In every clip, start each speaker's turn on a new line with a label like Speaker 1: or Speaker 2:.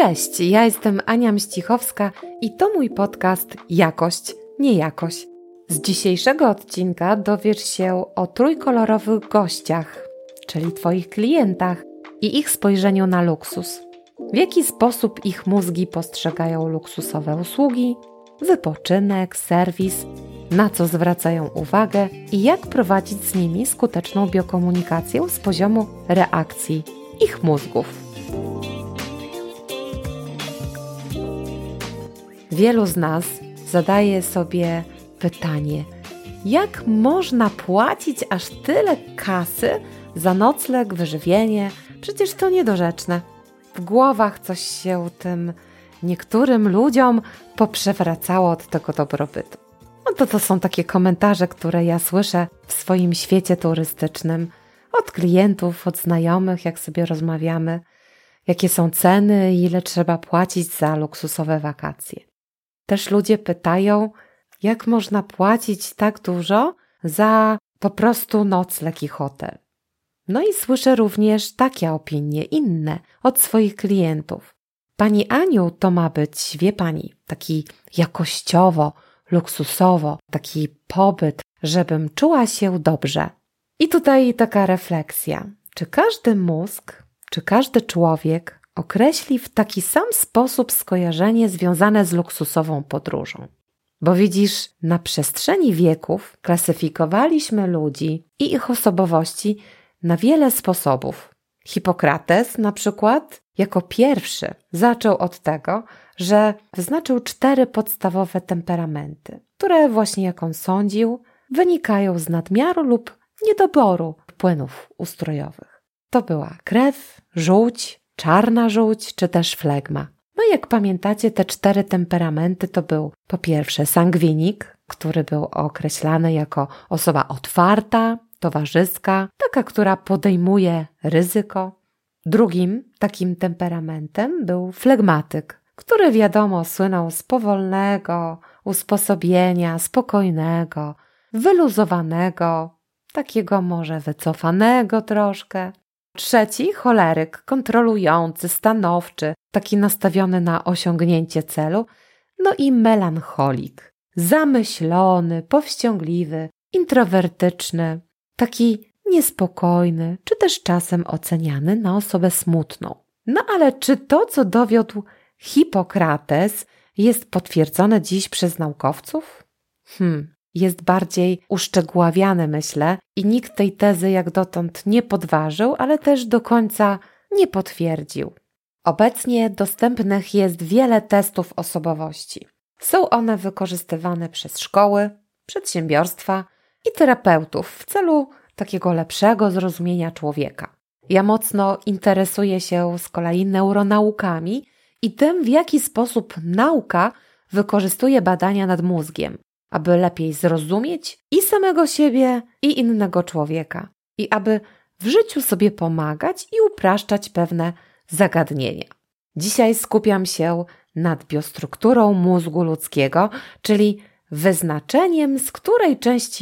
Speaker 1: Cześć, ja jestem Ania Mścichowska i to mój podcast Jakość, nie jakość. Z dzisiejszego odcinka dowiesz się o trójkolorowych gościach, czyli Twoich klientach i ich spojrzeniu na luksus. W jaki sposób ich mózgi postrzegają luksusowe usługi, wypoczynek, serwis, na co zwracają uwagę i jak prowadzić z nimi skuteczną biokomunikację z poziomu reakcji ich mózgów. Wielu z nas zadaje sobie pytanie, jak można płacić aż tyle kasy za nocleg, wyżywienie? Przecież to niedorzeczne. W głowach coś się tym niektórym ludziom poprzewracało od tego dobrobytu. No to są takie komentarze, które ja słyszę w swoim świecie turystycznym od klientów, od znajomych, jak sobie rozmawiamy, jakie są ceny i ile trzeba płacić za luksusowe wakacje. Też ludzie pytają, jak można płacić tak dużo za po prostu nocleg i hotel. No i słyszę również takie opinie, inne, od swoich klientów. Pani Aniu, to ma być, wie pani, taki jakościowo, luksusowo, taki pobyt, żebym czuła się dobrze. I tutaj taka refleksja. Czy każdy mózg, czy każdy człowiek określi w taki sam sposób skojarzenie związane z luksusową podróżą? Bo widzisz, na przestrzeni wieków klasyfikowaliśmy ludzi i ich osobowości na wiele sposobów. Hipokrates na przykład jako pierwszy zaczął od tego, że wyznaczył 4 podstawowe temperamenty, które właśnie jak on sądził, wynikają z nadmiaru lub niedoboru płynów ustrojowych. To była krew, żółć, czarna żółć czy też flegma. No i jak pamiętacie, te 4 temperamenty to był po pierwsze sangwinik, który był określany jako osoba otwarta, towarzyska, taka, która podejmuje ryzyko. Drugim takim temperamentem był flegmatyk, który wiadomo słynął z powolnego usposobienia, spokojnego, wyluzowanego, takiego może wycofanego troszkę. Trzeci choleryk, kontrolujący, stanowczy, taki nastawiony na osiągnięcie celu. No i melancholik, zamyślony, powściągliwy, introwertyczny, taki niespokojny, czy też czasem oceniany na osobę smutną. No ale czy to, co dowiódł Hipokrates, jest potwierdzone dziś przez naukowców? Jest bardziej uszczegóławiane, myślę, i nikt tej tezy jak dotąd nie podważył, ale też do końca nie potwierdził. Obecnie dostępnych jest wiele testów osobowości. Są one wykorzystywane przez szkoły, przedsiębiorstwa i terapeutów w celu takiego lepszego zrozumienia człowieka. Ja mocno interesuję się z kolei neuronaukami i tym, w jaki sposób nauka wykorzystuje badania nad mózgiem, aby lepiej zrozumieć i samego siebie, i innego człowieka, i aby w życiu sobie pomagać i upraszczać pewne zagadnienia. Dzisiaj skupiam się nad biostrukturą mózgu ludzkiego, czyli wyznaczeniem, z której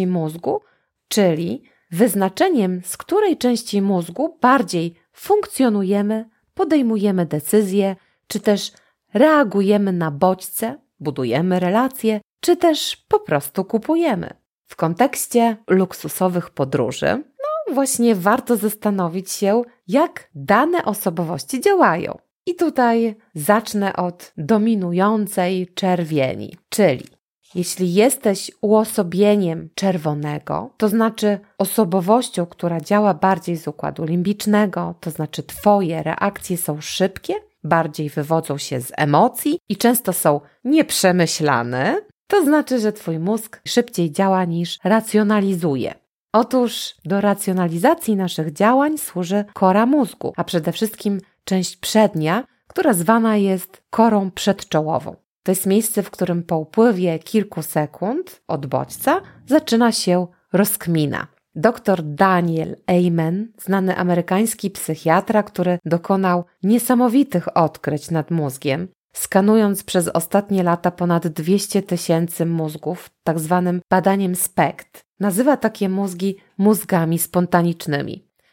Speaker 1: części mózgu bardziej funkcjonujemy, podejmujemy decyzje, czy też reagujemy na bodźce, budujemy relacje, czy też po prostu kupujemy. W kontekście luksusowych podróży, właśnie warto zastanowić się, jak dane osobowości działają. I tutaj zacznę od dominującej czerwieni, czyli jeśli jesteś uosobieniem czerwonego, to znaczy osobowością, która działa bardziej z układu limbicznego, to znaczy Twoje reakcje są szybkie, bardziej wywodzą się z emocji i często są nieprzemyślane, to znaczy, że Twój mózg szybciej działa niż racjonalizuje. Otóż do racjonalizacji naszych działań służy kora mózgu, a przede wszystkim część przednia, która zwana jest korą przedczołową. To jest miejsce, w którym po upływie kilku sekund od bodźca zaczyna się rozkmina. Dr Daniel Amen, znany amerykański psychiatra, który dokonał niesamowitych odkryć nad mózgiem, skanując przez ostatnie lata ponad 200 000 mózgów, tak zwanym badaniem SPECT, nazywa takie mózgi mózgami spontanicznymi.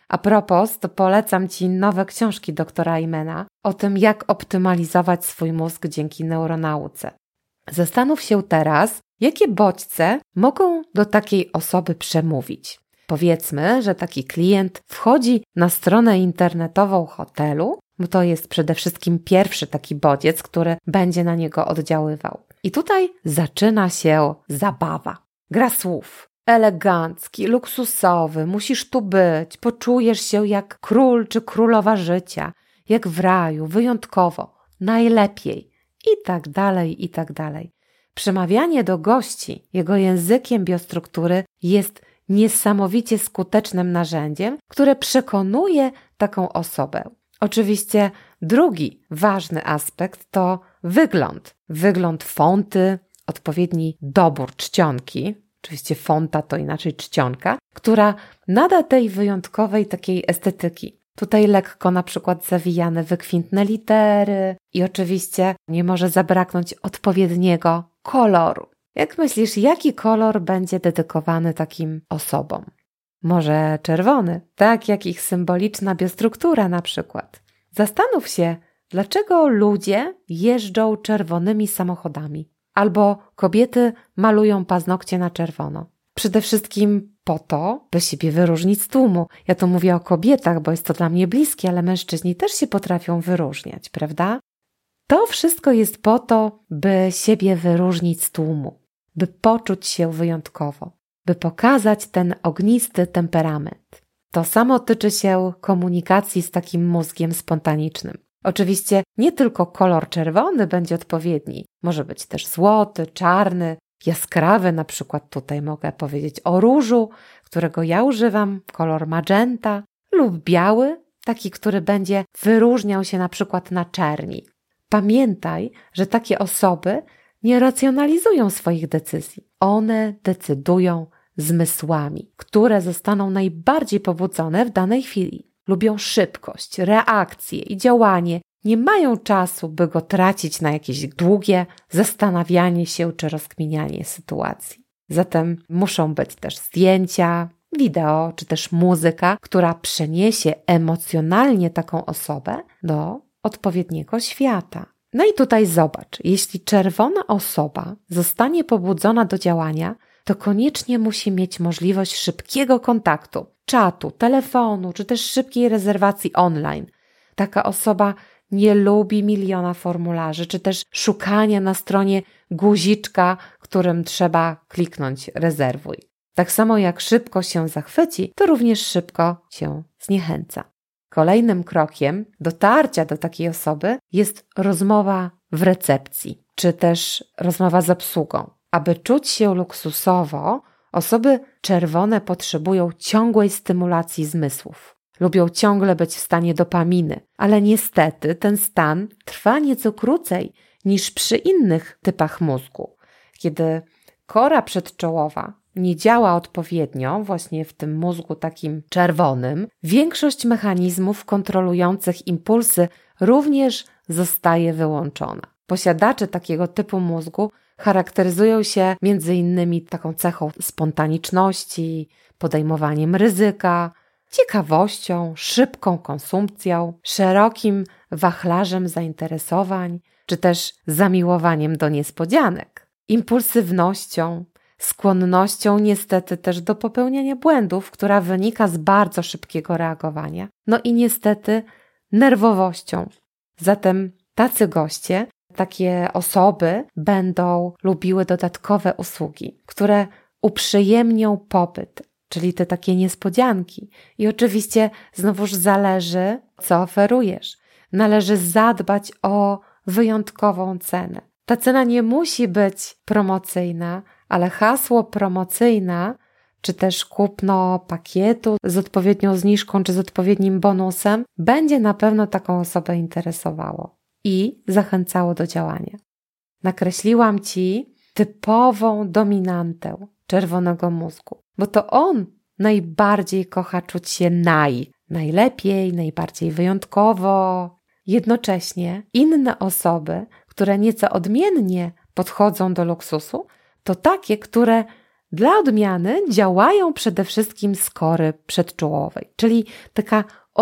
Speaker 1: A propos, to polecam Ci nowe książki doktora Aymana o tym, jak optymalizować swój mózg dzięki neuronauce. Zastanów się teraz, jakie bodźce mogą do takiej osoby przemówić. Powiedzmy, że taki klient wchodzi na stronę internetową hotelu, bo to jest przede wszystkim pierwszy taki bodziec, który będzie na niego oddziaływał. I tutaj zaczyna się zabawa. Gra słów. Elegancki, luksusowy, musisz tu być, poczujesz się jak król czy królowa życia, jak w raju, wyjątkowo, najlepiej i tak dalej, i tak dalej. Przemawianie do gości jego językiem biostruktury jest niesamowicie skutecznym narzędziem, które przekonuje taką osobę. Oczywiście drugi ważny aspekt to wygląd. Wygląd fonty, odpowiedni dobór czcionki, oczywiście fonta to inaczej czcionka, która nada tej wyjątkowej takiej estetyki. Tutaj lekko na przykład zawijane wykwintne litery i oczywiście nie może zabraknąć odpowiedniego koloru. Jak myślisz, jaki kolor będzie dedykowany takim osobom? Może czerwony, tak jak ich symboliczna biostruktura na przykład. Zastanów się, dlaczego ludzie jeżdżą czerwonymi samochodami albo kobiety malują paznokcie na czerwono. Przede wszystkim po to, by siebie wyróżnić z tłumu. Ja tu mówię o kobietach, bo jest to dla mnie bliskie, ale mężczyźni też się potrafią wyróżniać, prawda? To wszystko jest po to, by siebie wyróżnić z tłumu, by poczuć się wyjątkowo, by pokazać ten ognisty temperament. To samo tyczy się komunikacji z takim mózgiem spontanicznym. Oczywiście nie tylko kolor czerwony będzie odpowiedni, może być też złoty, czarny, jaskrawy, na przykład tutaj mogę powiedzieć o różu, którego ja używam, kolor magenta, lub biały, taki, który będzie wyróżniał się na przykład na czerni. Pamiętaj, że takie osoby nie racjonalizują swoich decyzji. One decydują zmysłami, które zostaną najbardziej pobudzone w danej chwili. Lubią szybkość, reakcję i działanie. Nie mają czasu, by go tracić na jakieś długie zastanawianie się czy rozkminianie sytuacji. Zatem muszą być też zdjęcia, wideo czy też muzyka, która przeniesie emocjonalnie taką osobę do odpowiedniego świata. No i tutaj zobacz, jeśli czerwona osoba zostanie pobudzona do działania, to koniecznie musi mieć możliwość szybkiego kontaktu, czatu, telefonu, czy też szybkiej rezerwacji online. Taka osoba nie lubi miliona formularzy, czy też szukania na stronie guziczka, którym trzeba kliknąć rezerwuj. Tak samo jak szybko się zachwyci, to również szybko się zniechęca. Kolejnym krokiem dotarcia do takiej osoby jest rozmowa w recepcji, czy też rozmowa z obsługą. Aby czuć się luksusowo, osoby czerwone potrzebują ciągłej stymulacji zmysłów. Lubią ciągle być w stanie dopaminy, ale niestety ten stan trwa nieco krócej niż przy innych typach mózgu. Kiedy kora przedczołowa nie działa odpowiednio, właśnie w tym mózgu takim czerwonym, większość mechanizmów kontrolujących impulsy również zostaje wyłączona. Posiadacze takiego typu mózgu charakteryzują się między innymi taką cechą spontaniczności, podejmowaniem ryzyka, ciekawością, szybką konsumpcją, szerokim wachlarzem zainteresowań, czy też zamiłowaniem do niespodzianek, impulsywnością, skłonnością niestety też do popełniania błędów, która wynika z bardzo szybkiego reagowania, no i niestety nerwowością. Zatem tacy goście, takie osoby będą lubiły dodatkowe usługi, które uprzyjemnią pobyt, czyli te takie niespodzianki. I oczywiście znowuż zależy, co oferujesz. Należy zadbać o wyjątkową cenę. Ta cena nie musi być promocyjna, ale hasło promocyjna, czy też kupno pakietu z odpowiednią zniżką, czy z odpowiednim bonusem, będzie na pewno taką osobę interesowało i zachęcało do działania. Nakreśliłam Ci typową dominantę czerwonego mózgu, bo to on najbardziej kocha czuć się najlepiej, najbardziej wyjątkowo. Jednocześnie inne osoby, które nieco odmiennie podchodzą do luksusu, to takie, które Dla odmiany działają przede wszystkim z kory przedczołowej, czyli taka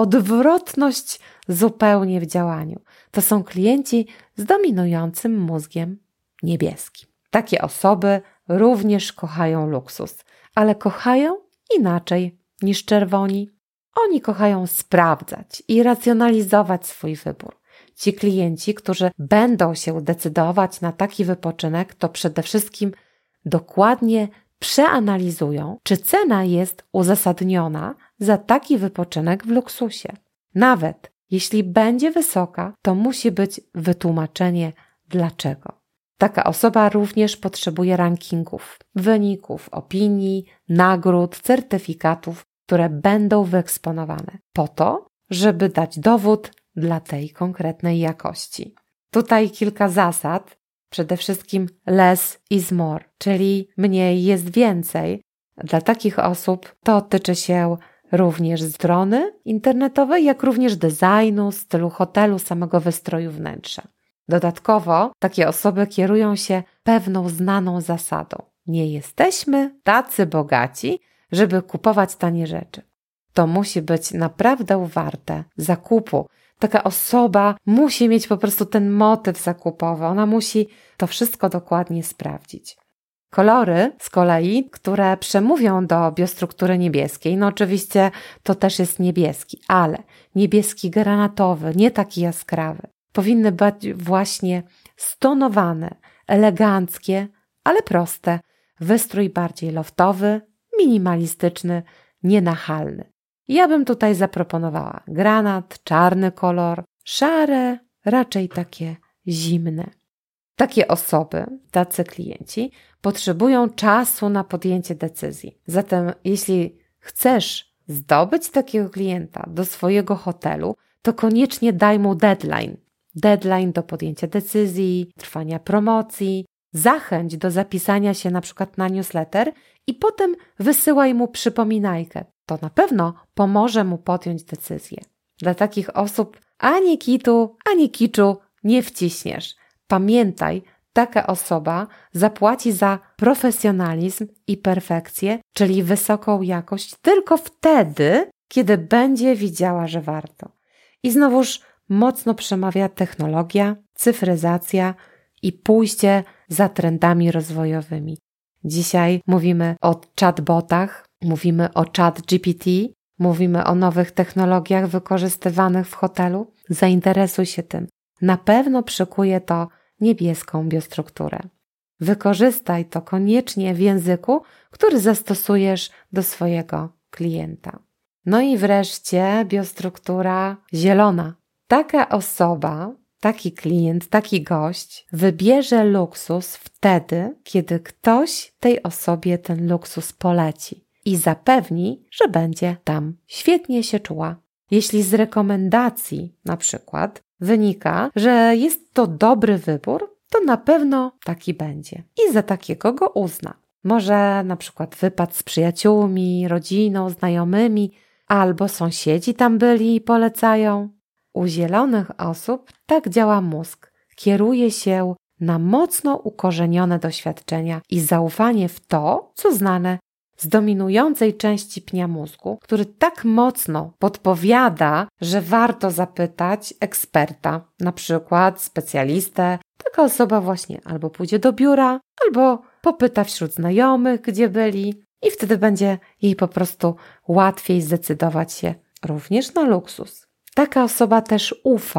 Speaker 1: odwrotność zupełnie w działaniu. To są klienci z dominującym mózgiem niebieskim. Takie osoby również kochają luksus, ale kochają inaczej niż czerwoni. Oni kochają sprawdzać i racjonalizować swój wybór. Ci klienci, którzy będą się decydować na taki wypoczynek, to przede wszystkim dokładnie przeanalizują, czy cena jest uzasadniona za taki wypoczynek w luksusie. Nawet jeśli będzie wysoka, to musi być wytłumaczenie dlaczego. Taka osoba również potrzebuje rankingów, wyników, opinii, nagród, certyfikatów, które będą wyeksponowane po to, żeby dać dowód dla tej konkretnej jakości. Tutaj kilka zasad. Przede wszystkim less is more, czyli mniej jest więcej. Dla takich osób to tyczy się również strony internetowej, jak również designu, stylu hotelu, samego wystroju wnętrza. Dodatkowo takie osoby kierują się pewną znaną zasadą. Nie jesteśmy tacy bogaci, żeby kupować tanie rzeczy. To musi być naprawdę warte zakupu. Taka osoba musi mieć po prostu ten motyw zakupowy. Ona musi to wszystko dokładnie sprawdzić. Kolory z kolei, które przemówią do biostruktury niebieskiej, no oczywiście to też jest niebieski, ale niebieski granatowy, nie taki jaskrawy. Powinny być właśnie stonowane, eleganckie, ale proste. Wystrój bardziej loftowy, minimalistyczny, nienachalny. Ja bym tutaj zaproponowała granat, czarny kolor, szare, raczej takie zimne. Takie osoby, tacy klienci potrzebują czasu na podjęcie decyzji. Zatem jeśli chcesz zdobyć takiego klienta do swojego hotelu, to koniecznie daj mu deadline. Deadline do podjęcia decyzji, trwania promocji, zachęć do zapisania się na przykład na newsletter i potem wysyłaj mu przypominajkę. To na pewno pomoże mu podjąć decyzję. Dla takich osób ani kitu, ani kiczu nie wciśniesz. Pamiętaj, taka osoba zapłaci za profesjonalizm i perfekcję, czyli wysoką jakość, tylko wtedy, kiedy będzie widziała, że warto. I znowuż mocno przemawia technologia, cyfryzacja i pójście za trendami rozwojowymi. Dzisiaj mówimy o chatbotach, mówimy o ChatGPT, mówimy o nowych technologiach wykorzystywanych w hotelu. Zainteresuj się tym. Na pewno przykuje to niebieską biostrukturę. Wykorzystaj to koniecznie w języku, który zastosujesz do swojego klienta. No i wreszcie biostruktura zielona. Taka osoba, taki klient, taki gość wybierze luksus wtedy, kiedy ktoś tej osobie ten luksus poleci i zapewni, że będzie tam świetnie się czuła. Jeśli z rekomendacji na przykład wynika, że jest to dobry wybór, to na pewno taki będzie i za takiego go uzna. Może na przykład wypad z przyjaciółmi, rodziną, znajomymi, albo sąsiedzi tam byli i polecają. U zielonych osób tak działa mózg. Kieruje się na mocno ukorzenione doświadczenia i zaufanie w to, co znane z dominującej części pnia mózgu, który tak mocno podpowiada, że warto zapytać eksperta, na przykład specjalistę. Taka osoba właśnie albo pójdzie do biura, albo popyta wśród znajomych, gdzie byli i wtedy będzie jej po prostu łatwiej zdecydować się również na luksus. Taka osoba też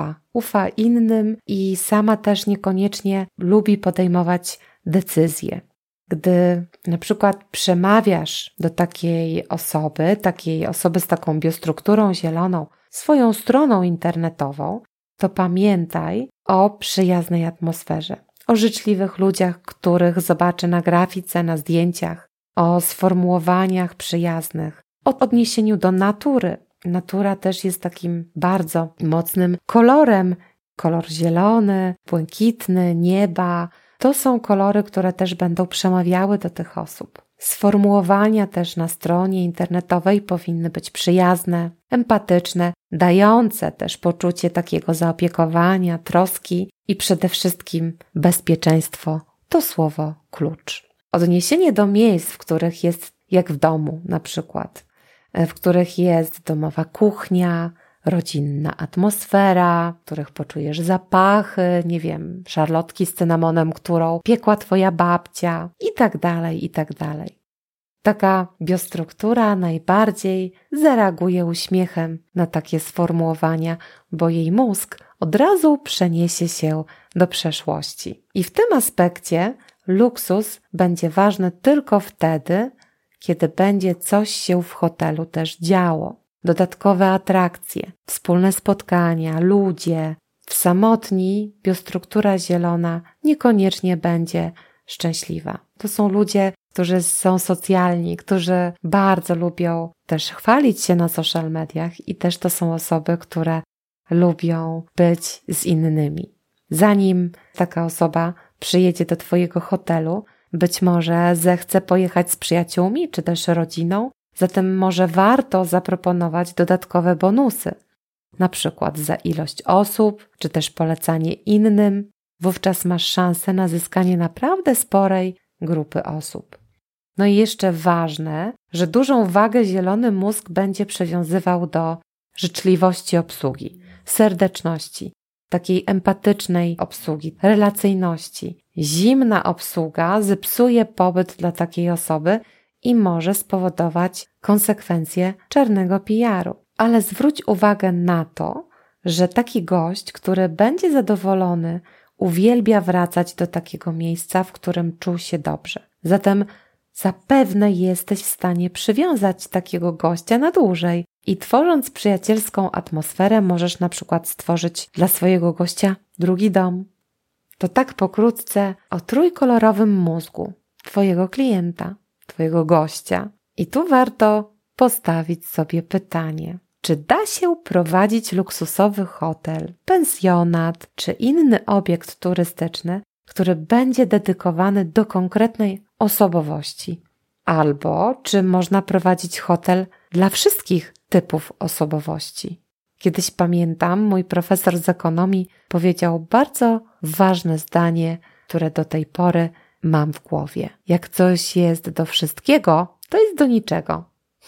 Speaker 1: ufa innym i sama też niekoniecznie lubi podejmować decyzje. Gdy na przykład przemawiasz do takiej osoby z taką biostrukturą zieloną, swoją stroną internetową, to pamiętaj o przyjaznej atmosferze, o życzliwych ludziach, których zobaczy na grafice, na zdjęciach, o sformułowaniach przyjaznych, o odniesieniu do natury. Natura też jest takim bardzo mocnym kolorem. Kolor zielony, błękitny, nieba. To są kolory, które też będą przemawiały do tych osób. Sformułowania też na stronie internetowej powinny być przyjazne, empatyczne, dające też poczucie takiego zaopiekowania, troski i przede wszystkim bezpieczeństwo to słowo klucz. odniesienie do miejsc, w których jest jak w domu na przykład, w których jest domowa kuchnia, rodzinna atmosfera, w których poczujesz zapachy, nie wiem, szarlotki z cynamonem, którą piekła twoja babcia i tak dalej, i tak dalej. Taka biostruktura najbardziej zareaguje uśmiechem na takie sformułowania, bo jej mózg od razu przeniesie się do przeszłości. I w tym aspekcie luksus będzie ważny tylko wtedy, kiedy będzie coś się w hotelu też działo. Dodatkowe atrakcje, wspólne spotkania, ludzie. W samotni biostruktura zielona niekoniecznie będzie szczęśliwa. To są ludzie, którzy są socjalni, którzy bardzo lubią też chwalić się na social mediach i też to są osoby, które lubią być z innymi. Zanim taka osoba przyjedzie do twojego hotelu, być może zechce pojechać z przyjaciółmi czy też rodziną, zatem może warto zaproponować dodatkowe bonusy, na przykład za ilość osób, czy też polecanie innym. Wówczas masz szansę na zyskanie naprawdę sporej grupy osób. No i jeszcze ważne, że dużą wagę zielony mózg będzie przywiązywał do życzliwości obsługi, serdeczności, takiej empatycznej obsługi, relacyjności. Zimna obsługa zepsuje pobyt dla takiej osoby i może spowodować konsekwencje czarnego PR-u. Ale zwróć uwagę na to, że taki gość, który będzie zadowolony, uwielbia wracać do takiego miejsca, w którym czuł się dobrze. Zatem zapewne jesteś w stanie przywiązać takiego gościa na dłużej i tworząc przyjacielską atmosferę możesz na przykład stworzyć dla swojego gościa drugi dom. To tak pokrótce o trójkolorowym mózgu twojego klienta, twojego gościa. I tu warto postawić sobie pytanie, czy da się prowadzić luksusowy hotel, pensjonat czy inny obiekt turystyczny, który będzie dedykowany do konkretnej osobowości? Albo czy można prowadzić hotel dla wszystkich typów osobowości? Kiedyś pamiętam, mój profesor z ekonomii powiedział bardzo ważne zdanie, które do tej pory mam w głowie. Jak coś jest do wszystkiego, to jest do niczego.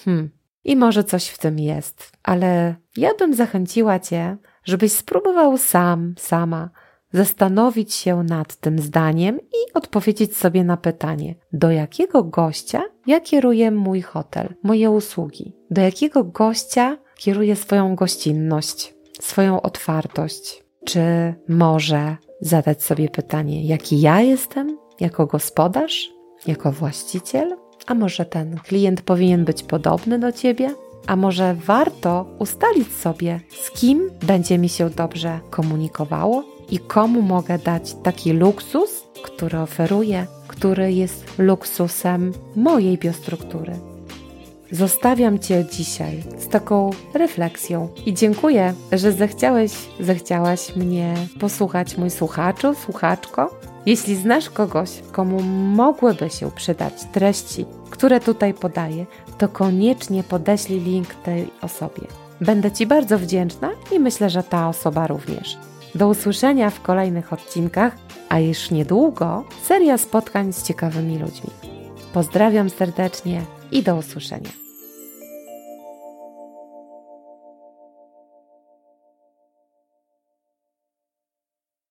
Speaker 1: I może coś w tym jest, ale ja bym zachęciła Cię, żebyś spróbował sama zastanowić się nad tym zdaniem i odpowiedzieć sobie na pytanie, do jakiego gościa ja kieruję mój hotel, moje usługi? Do jakiego gościa kieruję swoją gościnność, swoją otwartość? Czy może zadać sobie pytanie, jaki ja jestem jako gospodarz, jako właściciel? A może ten klient powinien być podobny do Ciebie? A może warto ustalić sobie, z kim będzie mi się dobrze komunikowało i komu mogę dać taki luksus, który oferuję, który jest luksusem mojej biostruktury. Zostawiam Cię dzisiaj z taką refleksją i dziękuję, że zechciałaś mnie posłuchać, mój słuchaczu, słuchaczko. Jeśli znasz kogoś, komu mogłyby się przydać treści, które tutaj podaję, to koniecznie podeślij link tej osobie. Będę Ci bardzo wdzięczna i myślę, że ta osoba również. Do usłyszenia w kolejnych odcinkach, a już niedługo seria spotkań z ciekawymi ludźmi. Pozdrawiam serdecznie i do usłyszenia.